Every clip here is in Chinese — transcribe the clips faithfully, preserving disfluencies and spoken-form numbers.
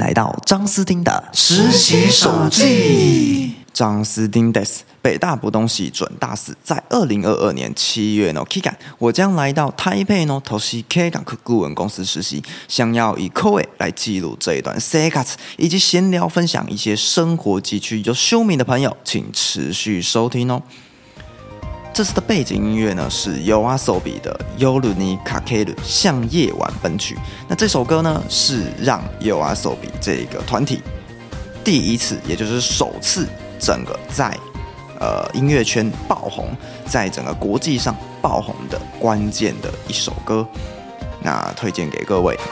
来到张斯汀的实习手记。张斯汀です北大不动系准大四，在二零二二年七月の期間，我将来到台北の都市計画顧問公司實習，想要以口尾來記錄這一段生活，以及閒聊分享一些生活機趣有秀敏的朋友，請持續收聽哦。这次的背景音乐呢是 YOASOBI 的《夜に駆ける》向夜晚奔去。那这首歌呢是让 YOASOBI 这个团体第一次，也就是首次，整个在呃音乐圈爆红，在整个国际上爆红的关键的一首歌。那推荐给各位。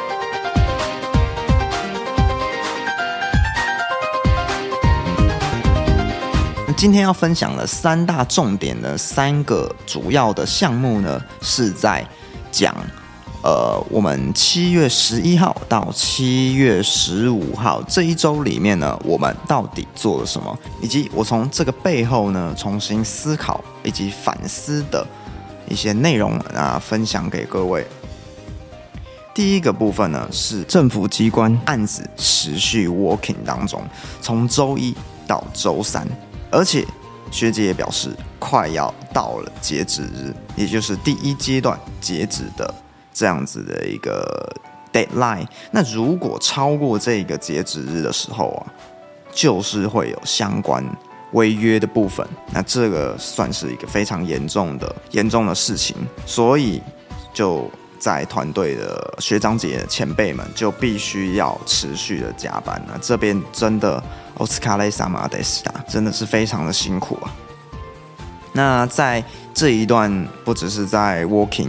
今天要分享的三大重点的三个主要的项目呢，是在讲呃我们七月十一号到七月十五号这一周里面呢，我们到底做了什么，以及我从这个背后呢重新思考以及反思的一些内容啊，分享给各位。第一个部分呢是政府机关案子持续 working 当中，从周一到周三。而且学姐也表示，快要到了截止日，也就是第一阶段截止的这样子的一个 deadline。那如果超过这个截止日的时候啊，就是会有相关违约的部分。那这个算是一个非常严重的严重的事情，所以就在团队的学长姐的前辈们就必须要持续的加班了。这边真的お疲れ様でした，真的是非常的辛苦啊。那在这一段，不只是在 working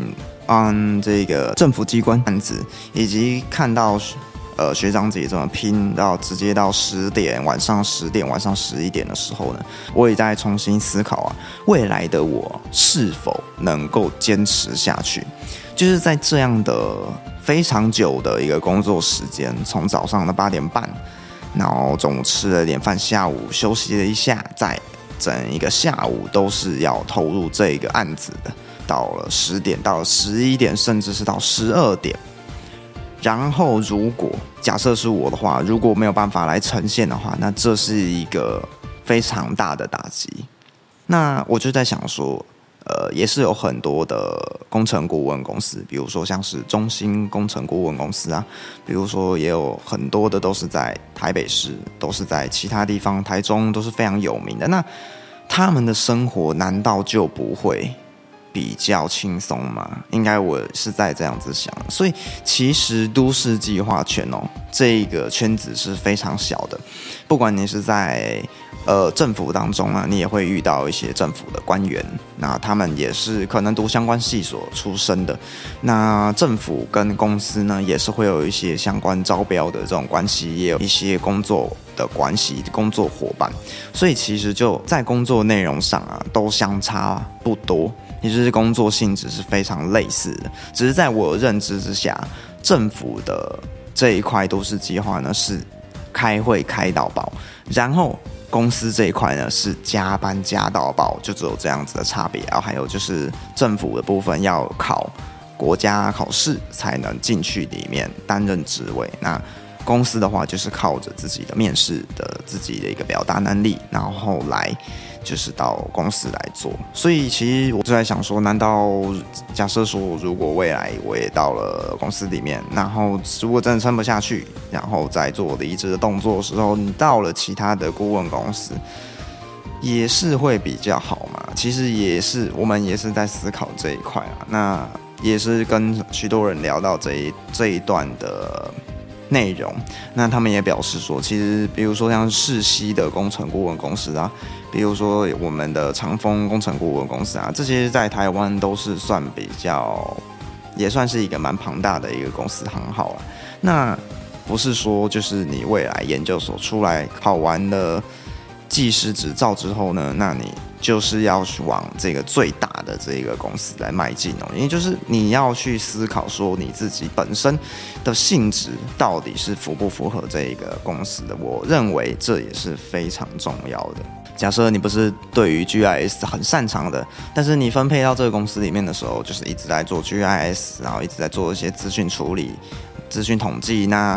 on 这个政府机关案子，以及看到呃学长姐这么拼到直接到十点，晚上十点，晚上十一点的时候呢，我也在重新思考啊，未来的我是否能够坚持下去。就是在这样的非常久的一个工作时间，从早上的八点半，然后中午吃了点饭，下午休息了一下，在整一个下午都是要投入这个案子的，到了十点，到了十一点，甚至是到十二点。然后如果假设是我的话，如果没有办法来呈现的话，那这是一个非常大的打击。那我就在想说，呃，也是有很多的工程顾问公司，比如说像是中兴工程顾问公司啊，比如说也有很多的都是在台北市，都是在其他地方，台中都是非常有名的。那他们的生活难道就不会比较轻松吗？应该我是在这样子想。所以其实都市计划圈哦，这个圈子是非常小的，不管你是在呃，政府当中啊，你也会遇到一些政府的官员，那他们也是可能读相关系所出身的。那政府跟公司呢，也是会有一些相关招标的这种关系，也有一些工作的关系，工作伙伴。所以其实就在工作内容上啊，都相差不多，也就是工作性质是非常类似的。只是在我认知之下，政府的这一块都市计划呢是开会开到爆，然后公司这一块呢是加班加到爆，就只有这样子的差别。然后还有就是政府的部分要考国家考试才能进去里面担任职位，那公司的话就是靠着自己的面试的自己的一个表达能力，然后来就是到公司来做。所以其实我就在想说，难道假设说如果未来我也到了公司里面，然后如果真的撑不下去，然后在做离职的动作的时候，你到了其他的顾问公司也是会比较好嘛？其实也是我们也是在思考这一块啊。那也是跟许多人聊到这一这一段的内容，那他们也表示说，其实比如说像世熙的工程顾问公司啊，比如说我们的长丰工程顾问公司啊，这些在台湾都是算比较，也算是一个蛮庞大的一个公司行号了。那不是说就是你未来研究所出来考完了技师执照之后呢，那你就是要往这个最大的这个公司来迈进哦，因为就是你要去思考说你自己本身的性质到底是符不符合这个公司的，我认为这也是非常重要的。假设你不是对于 G I S 很擅长的，但是你分配到这个公司里面的时候，就是一直在做 G I S， 然后一直在做一些资讯处理、资讯统计，那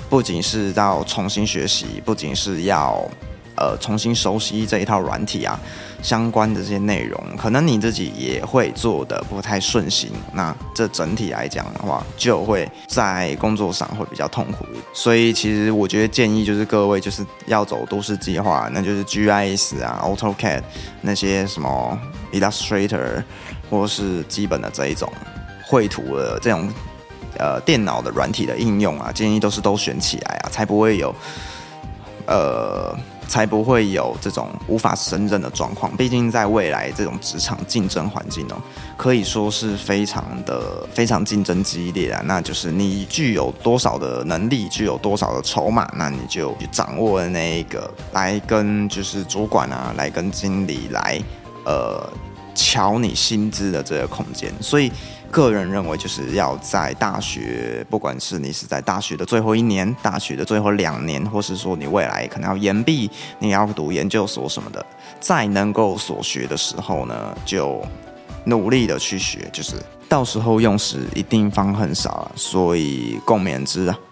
不仅是要重新学习，不仅是要呃重新熟悉这一套软体啊，相关的这些内容，可能你自己也会做的不太顺心。那这整体来讲的话，就会在工作上会比较痛苦。所以其实我觉得建议就是各位就是要走都市计划，那就是 G I S 啊、AutoCAD 那些什么 Illustrator 或是基本的这一种绘图的这种呃电脑的软体的应用啊，建议都是都选起来啊，才不会有呃。才不会有这种无法胜任的状况。毕竟在未来这种职场竞争环境哦，可以说是非常的非常竞争激烈啊。那就是你具有多少的能力，具有多少的筹码，那你就掌握了那一个来跟就是主管啊，来跟经理来呃瞧你薪资的这个空间。所以个人认为，就是要在大学，不管是你是在大学的最后一年、大学的最后两年，或是说你未来可能要延毕，你要读研究所什么的，在能够所学的时候呢，就努力的去学，就是到时候用时一定方恨少啊，所以共勉之啊。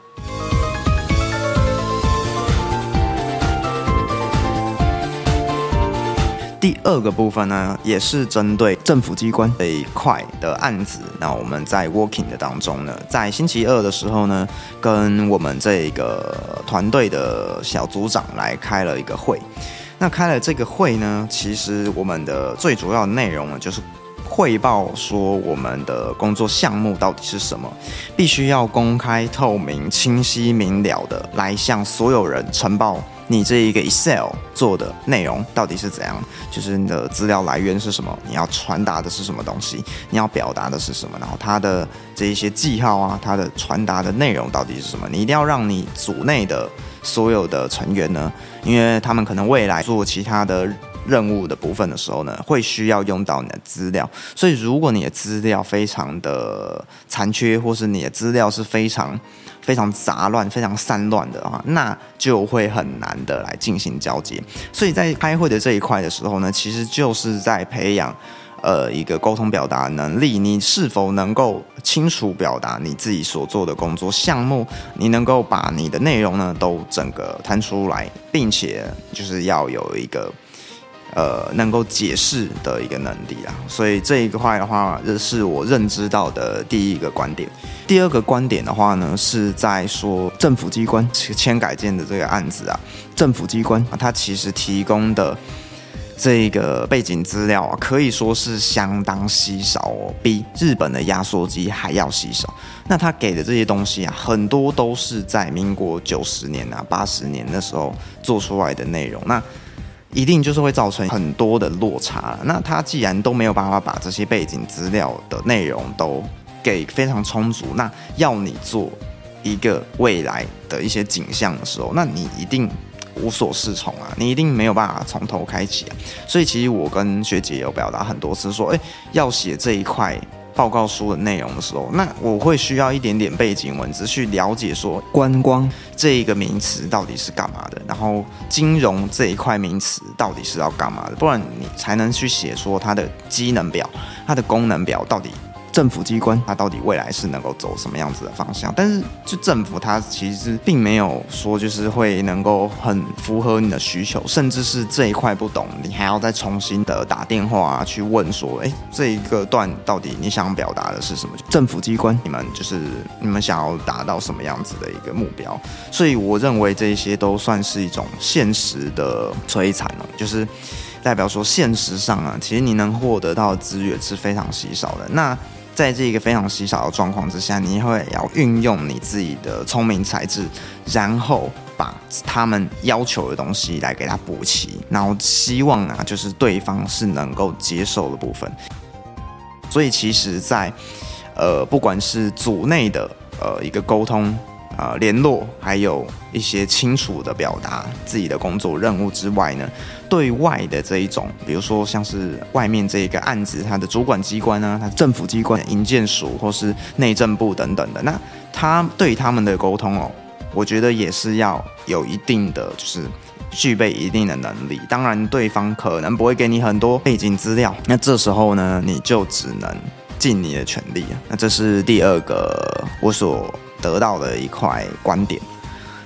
第二个部分呢，也是针对政府机关这一块的案子。那我们在 working 的当中呢，在星期二的时候呢，跟我们这个团队的小组长来开了一个会。那开了这个会呢，其实我们的最主要的内容呢，就是汇报说我们的工作项目到底是什么，必须要公开、透明、清晰、明了的来向所有人呈报。你这一个 Excel 做的内容到底是怎样？就是你的资料来源是什么？你要传达的是什么东西？你要表达的是什么？然后它的这一些记号啊，它的传达的内容到底是什么？你一定要让你组内的所有的成员呢，因为他们可能未来做其他的任务的部分的时候呢，会需要用到你的资料。所以如果你的资料非常的残缺，或是你的资料是非常非常杂乱、非常散乱的话，那就会很难的来进行交接。所以在开会的这一块的时候呢，其实就是在培养呃一个沟通表达能力。你是否能够清楚表达你自己所做的工作项目？你能够把你的内容呢都整个摊出来，并且就是要有一个呃，能够解释的一个能力啦。所以这一块的话，这是我认知到的第一个观点。第二个观点的话呢，是在说政府机关迁改建的这个案子啊，政府机关啊，它其实提供的这个背景资料啊，可以说是相当稀少哦，比日本的压缩机还要稀少。那他给的这些东西啊，很多都是在民国九十年啊、八十年的时候做出来的内容。那一定就是会造成很多的落差。那他既然都没有办法把这些背景资料的内容都给非常充足，那要你做一个未来的一些景象的时候，那你一定无所适从啊，你一定没有办法从头开启啊。所以其实我跟学姐有表达很多次说，哎，要写这一块报告书的内容的时候，那我会需要一点点背景文字去了解说观光这一个名词到底是干嘛的，然后金融这一块名词到底是要干嘛的，不然你才能去写说它的机能表、它的功能表到底。政府机关它到底未来是能够走什么样子的方向？但是就政府它其实并没有说就是会能够很符合你的需求，甚至是这一块不懂，你还要再重新的打电话啊去问说，哎，这一个段到底你想表达的是什么？政府机关你们就是你们想要达到什么样子的一个目标？所以我认为这一些都算是一种现实的摧残哦，就是代表说现实上啊，其实你能获得到的资源是非常稀少的。那在这个非常稀少的状况之下，你会要运用你自己的聪明才智，然后把他们要求的东西来给他补齐，然后希望啊，就是对方是能够接受的部分。所以其实在，呃，不管是组内的呃一个沟通。呃，联络还有一些清楚的表达自己的工作任务之外呢，对外的这一种，比如说像是外面这一个案子，它的主管机关呢，它政府机关、营建署或是内政部等等的，那他对他们的沟通哦，我觉得也是要有一定的，就是具备一定的能力。当然，对方可能不会给你很多背景资料，那这时候呢，你就只能尽你的全力。那这是第二个我所得到的一块观点。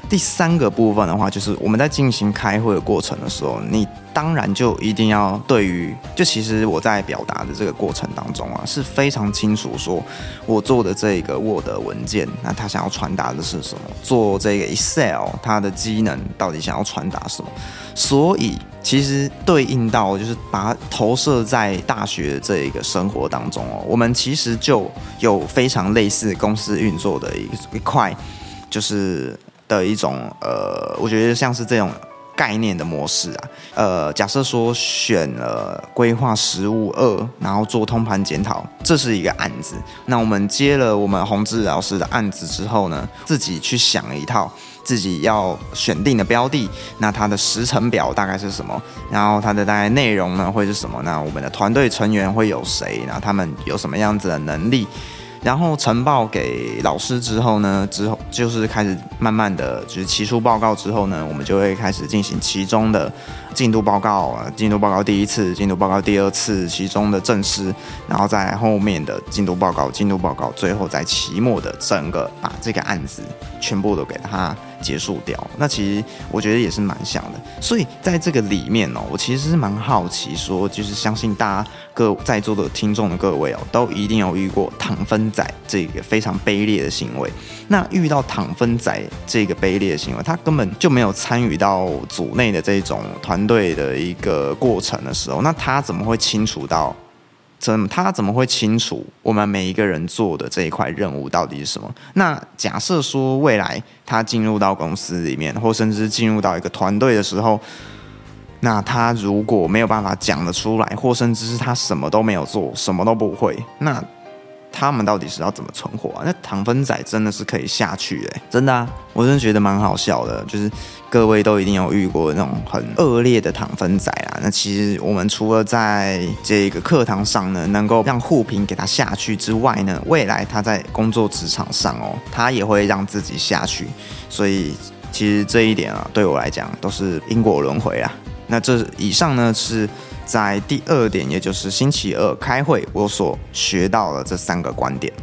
第三个部分的话，就是我们在进行开会的过程的时候，你当然就一定要对于，就其实我在表达的这个过程当中啊，是非常清楚说我做的这个 Word 文件，那他想要传达的是什么？做这个 Excel 它的机能到底想要传达什么？所以其实对应到就是把它投射在大学的这一个生活当中哦，我们其实就有非常类似公司运作的一一块，就是的一种呃，我觉得像是这种概念的模式啊，呃，假设说选了规划实务二，然后做通盘检讨，这是一个案子。那我们接了我们洪志老师的案子之后呢，自己去想一套自己要选定的标的，那它的时程表大概是什么？然后它的大概内容呢会是什么？那我们的团队成员会有谁？那他们有什么样子的能力？然后呈报给老师之后呢，之后就是开始慢慢的，就是期初报告之后呢，我们就会开始进行其中的进度报告，进度报告第一次，进度报告第二次，其中的正式，然后在后面的进度报告、进度报告，最后在期末的整个把这个案子全部都给它结束掉。那其实我觉得也是蛮像的，所以在这个里面哦，我其实是蛮好奇说，就是相信大家各在座的听众的各位哦，都一定有遇过躺分仔这个非常卑劣的行为。那遇到躺分仔这个卑劣的行为，他根本就没有参与到组内的这种团队的一个过程的时候，那他怎么会清楚到？怎他怎么会清楚我们每一个人做的这一块任务到底是什么？那假设说未来他进入到公司里面，或甚至进入到一个团队的时候，那他如果没有办法讲得出来，或甚至是他什么都没有做，什么都不会，那他们到底是要怎么存活啊？那躺分仔真的是可以下去的、欸，真的啊！我真的觉得蛮好笑的，就是各位都一定有遇过那种很恶劣的躺分仔啦。那其实我们除了在这个课堂上呢，能够让互评给他下去之外呢，未来他在工作职场上哦，他也会让自己下去。所以其实这一点啊，对我来讲都是因果轮回啦。那这以上呢是在第二点，也就是星期二开会我所学到的这三个观点。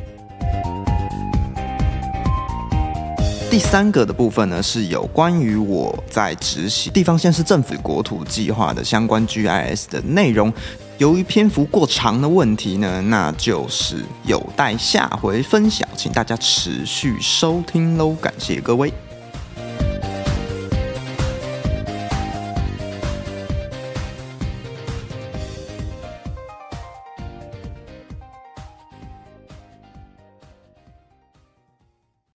第三个的部分呢，是有关于我在执行地方县市政府国土计划的相关 G I S 的内容。由于篇幅过长的问题呢，那就是有待下回分享，请大家持续收听喽，感谢各位。